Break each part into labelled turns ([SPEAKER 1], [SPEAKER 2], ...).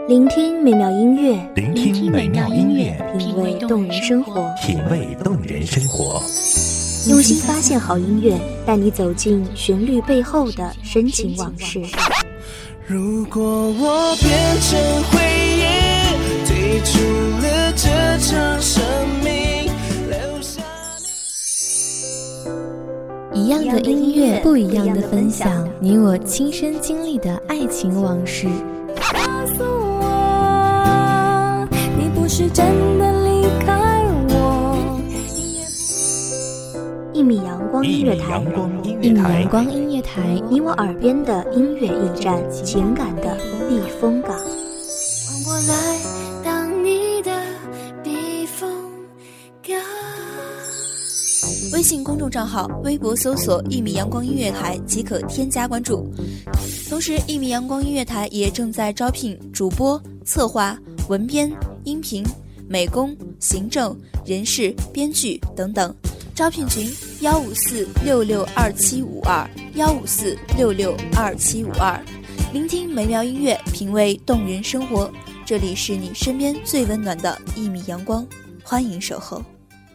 [SPEAKER 1] 聆听美妙音乐，
[SPEAKER 2] 聆听美妙音乐，
[SPEAKER 1] 品味动人生活，
[SPEAKER 2] 品味动人生活。
[SPEAKER 1] 用心发现好音乐，带你走进旋律背后的深情往事。
[SPEAKER 3] 如果我变成回忆，退出了这场生命，留下
[SPEAKER 4] 一样的音乐，不一样的分享，你我亲身经历的爱情往事。
[SPEAKER 5] 告诉我，你不是真的离开我。
[SPEAKER 1] 一米阳光音乐台，
[SPEAKER 4] 一米阳光音乐台，
[SPEAKER 1] 你我耳边的音乐驿站，情感的避风港。
[SPEAKER 5] 换我来当你的避风港。
[SPEAKER 6] 微信公众账号、微博搜索“一米阳光音乐台”即可添加关注。同时，一米阳光音乐台也正在招聘主播、策划、文编、音频、美工、行政、人事、编剧等等。招聘群154662752，154662752。聆听美妙音乐，品味动人生活。这里是你身边最温暖的一米阳光，欢迎守候。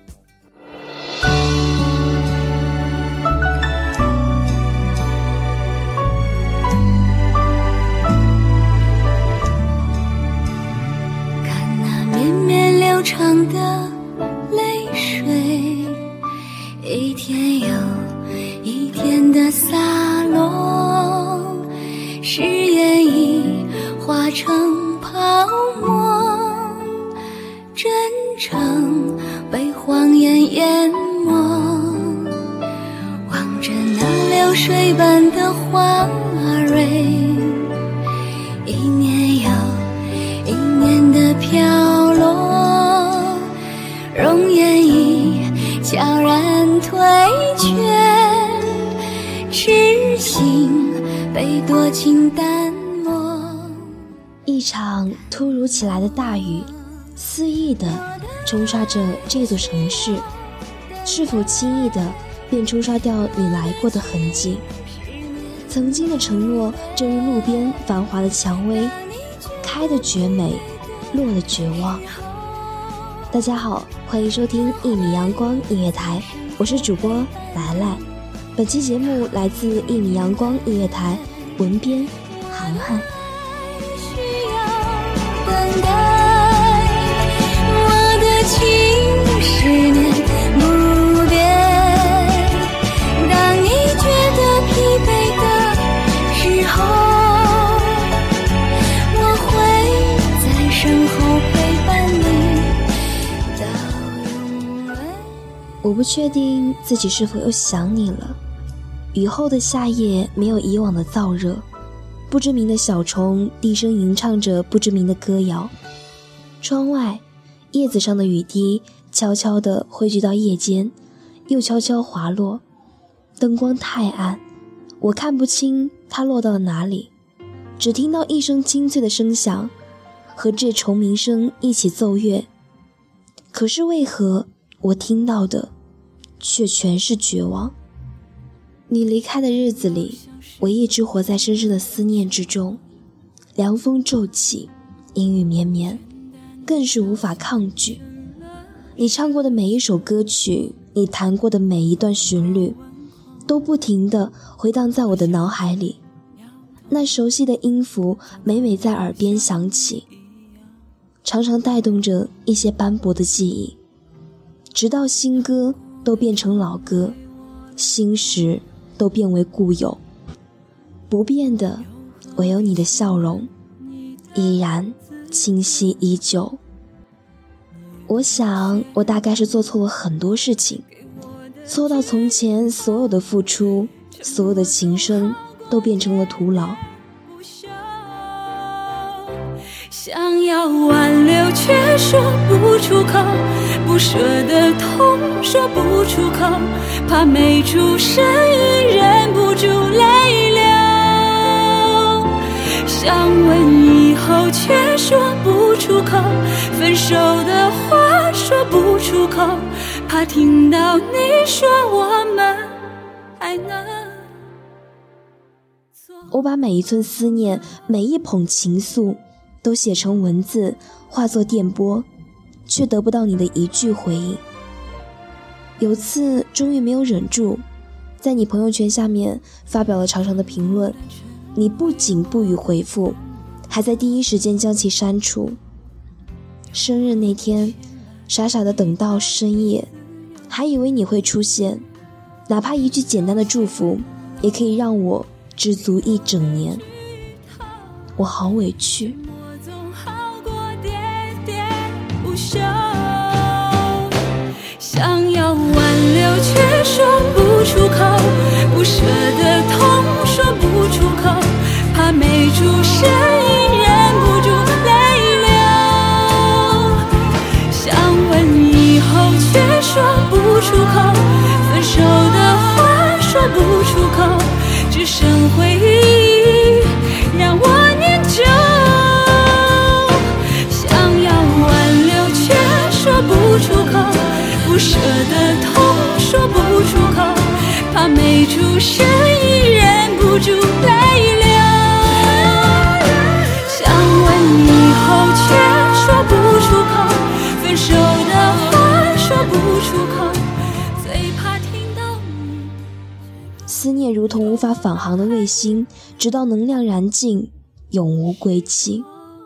[SPEAKER 5] 看那绵绵流长的泪水，一天又一天的洒落，誓言已化成泡沫，真诚被谎言淹没。望着那流水般的花蕊，一年又一年的飘落，容颜已悄然退却，痴心被多情淡漠。
[SPEAKER 7] 一场突如其来的大雨，肆意地冲刷着这座城市，是否轻易地便冲刷掉你来过的痕迹？曾经的承诺，正如路边繁华的蔷薇，开的绝美，落的绝望。大家好，欢迎收听一米阳光音乐台，我是主播来来。本期节目来自一米阳光音乐台，文编涵涵。
[SPEAKER 5] 等待我的情10年不变，当你觉得疲惫的时候，我会在身后陪伴你到永远。
[SPEAKER 7] 我不确定自己是否又想你了。雨后的夏夜没有以往的燥热，不知名的小虫低声吟唱着不知名的歌谣。窗外叶子上的雨滴悄悄地汇聚到夜间，又悄悄滑落。灯光太暗，我看不清它落到了哪里，只听到一声清脆的声响，和这虫鸣声一起奏乐。可是为何我听到的却全是绝望？你离开的日子里，我一直活在深深的思念之中，凉风骤起，阴雨绵绵，更是无法抗拒。你唱过的每一首歌曲，你弹过的每一段旋律，都不停地回荡在我的脑海里。那熟悉的音符每每在耳边响起，常常带动着一些斑驳的记忆，直到新歌都变成老歌，新时都变为故友。不变的唯有你的笑容，依然清晰依旧。我想我大概是做错了很多事情，错到从前所有的付出，所有的情深都变成了徒劳。
[SPEAKER 5] 想要挽留却说不出口，不舍的痛说不出口，怕没出声音忍不住泪流。想问以后却说不出口，分手的话说不出口，怕听到你说我们还能。
[SPEAKER 7] 我把每一寸思念，每一捧情愫， 都写成文字，化作电波，却得不到你的一句回应。有次终于没有忍住，在你朋友圈下面发表了长长的评论，你不仅不予回复，还在第一时间将其删除。生日那天，傻傻的等到深夜，还以为你会出现，哪怕一句简单的祝福，也可以让我知足一整年。我好委屈。
[SPEAKER 5] 想要挽留却说不出口，不舍的痛说不出口，怕没出声音忍不住泪流。想问以后却说不出口，分手的话说不出口，只剩回忆让我念旧。想要挽留却说不出口，不舍的痛说不出口，怕没出声音忍不住泪流。想问以后却说不出口，分手的话说不出口，最怕听到你。
[SPEAKER 7] 思念如同无法返航的卫星，直到能量燃尽，永无归期。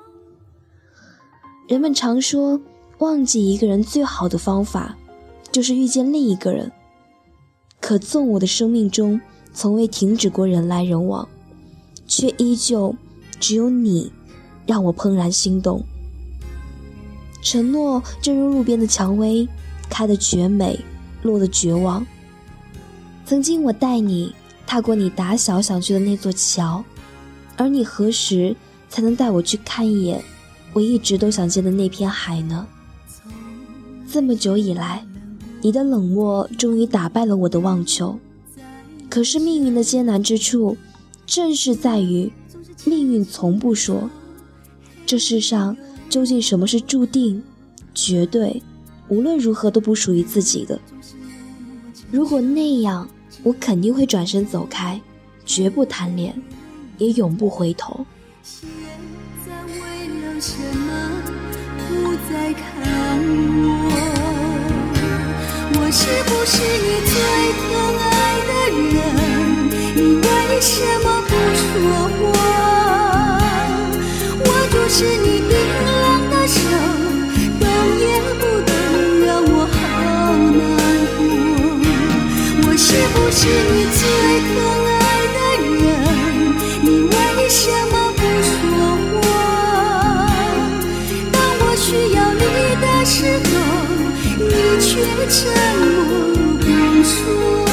[SPEAKER 7] 人们常说，忘记一个人最好的方法就是遇见另一个人，可纵我的生命中从未停止过人来人往，却依旧只有你让我怦然心动。承诺正如路边的蔷薇，开得绝美，落得绝望。曾经我带你踏过你打小想去的那座桥，而你何时才能带我去看一眼我一直都想见的那片海呢？这么久以来，你的冷漠终于打败了我的妄求。可是命运的艰难之处，正是在于命运从不说，这世上究竟什么是注定、绝对，无论如何都不属于自己的。如果那样，我肯定会转身走开，绝不贪恋，也永不回头。
[SPEAKER 5] 现在为了什么不再看我？我是不是你最疼爱的人？你为什么不说话？我就是你冰凉的手，动也不动，让我好难过。我是不是你最疼爱的人？你为什么不说话？当我需要你的时候，你却沉默不说。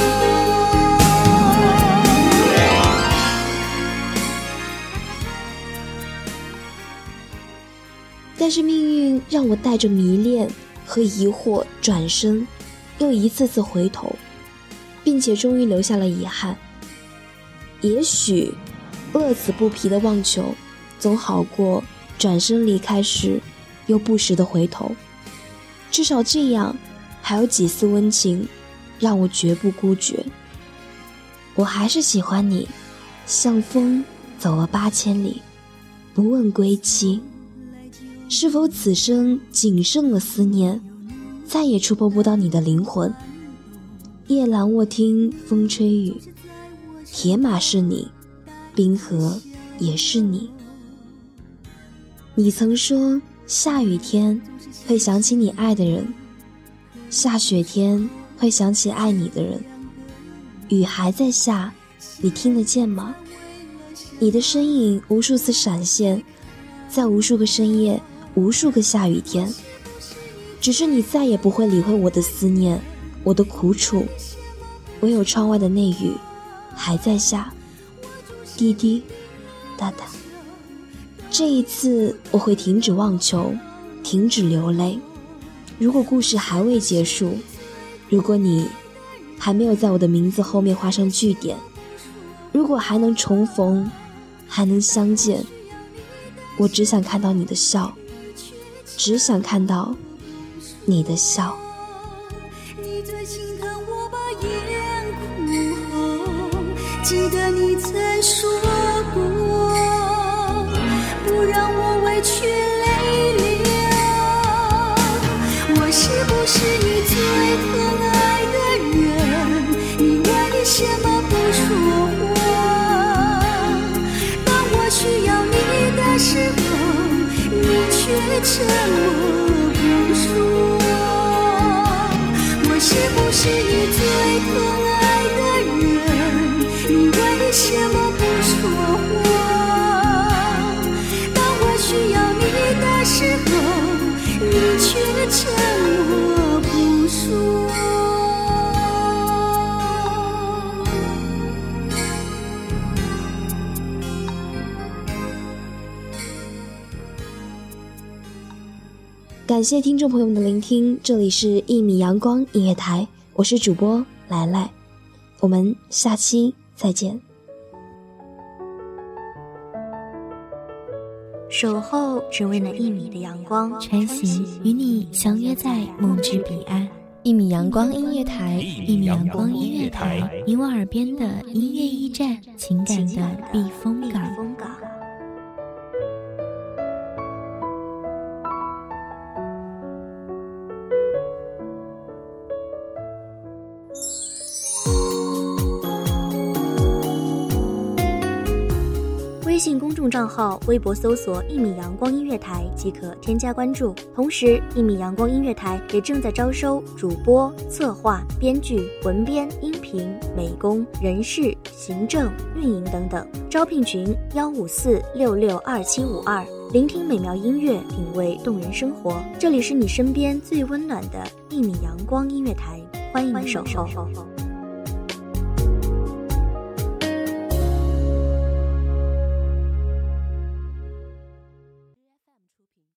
[SPEAKER 7] 但是命运让我带着迷恋和疑惑转身，又一次次回头，并且终于留下了遗憾。也许乐此不疲的妄求总好过转身离开时又不时的回头，至少这样还有几丝温情让我绝不孤绝。我还是喜欢你，像风走了8000里，不问归期。是否此生仅剩了思念，再也触碰不到你的灵魂？夜阑卧听风吹雨，铁马是你，冰河也是你。你曾说下雨天会想起你爱的人，下雪天会想起爱你的人。雨还在下，你听得见吗？你的身影无数次闪现，在无数个深夜，无数个下雨天，只是你再也不会理会我的思念，我的苦楚。唯有窗外的那雨还在下，滴滴答答。这一次我会停止妄求，停止流泪。如果故事还未结束，如果你还没有在我的名字后面画上句点，如果还能重逢，还能相见，我只想看到你的笑，只想看到你的笑。
[SPEAKER 5] 你最心疼我把眼哭红，记得你曾说过，不让我委屈沉默不说。我是不是你最可爱的人？你为什么不说话？当我需要你的时候，你却沉默不说。
[SPEAKER 7] 感谢听众朋友们的聆听，这里是1米阳光音乐台，我是主播来来，我们下期再见。
[SPEAKER 1] 守候只为那1米的阳光，
[SPEAKER 4] 穿行与你相约在梦之彼岸。1米阳光音乐台，1米阳光音乐台，你我耳边的音乐驿站，情感的避风港。
[SPEAKER 1] 微信公众账号、微博搜索1米阳光音乐台即可添加关注。同时，1米阳光音乐台也正在招收主播、策划、编剧、文编、音频、美工、人事、行政、运营等等。招聘群154662752。聆听美妙音乐，品味动人生活。这里是你身边最温暖的1米阳光音乐台，欢迎你守候。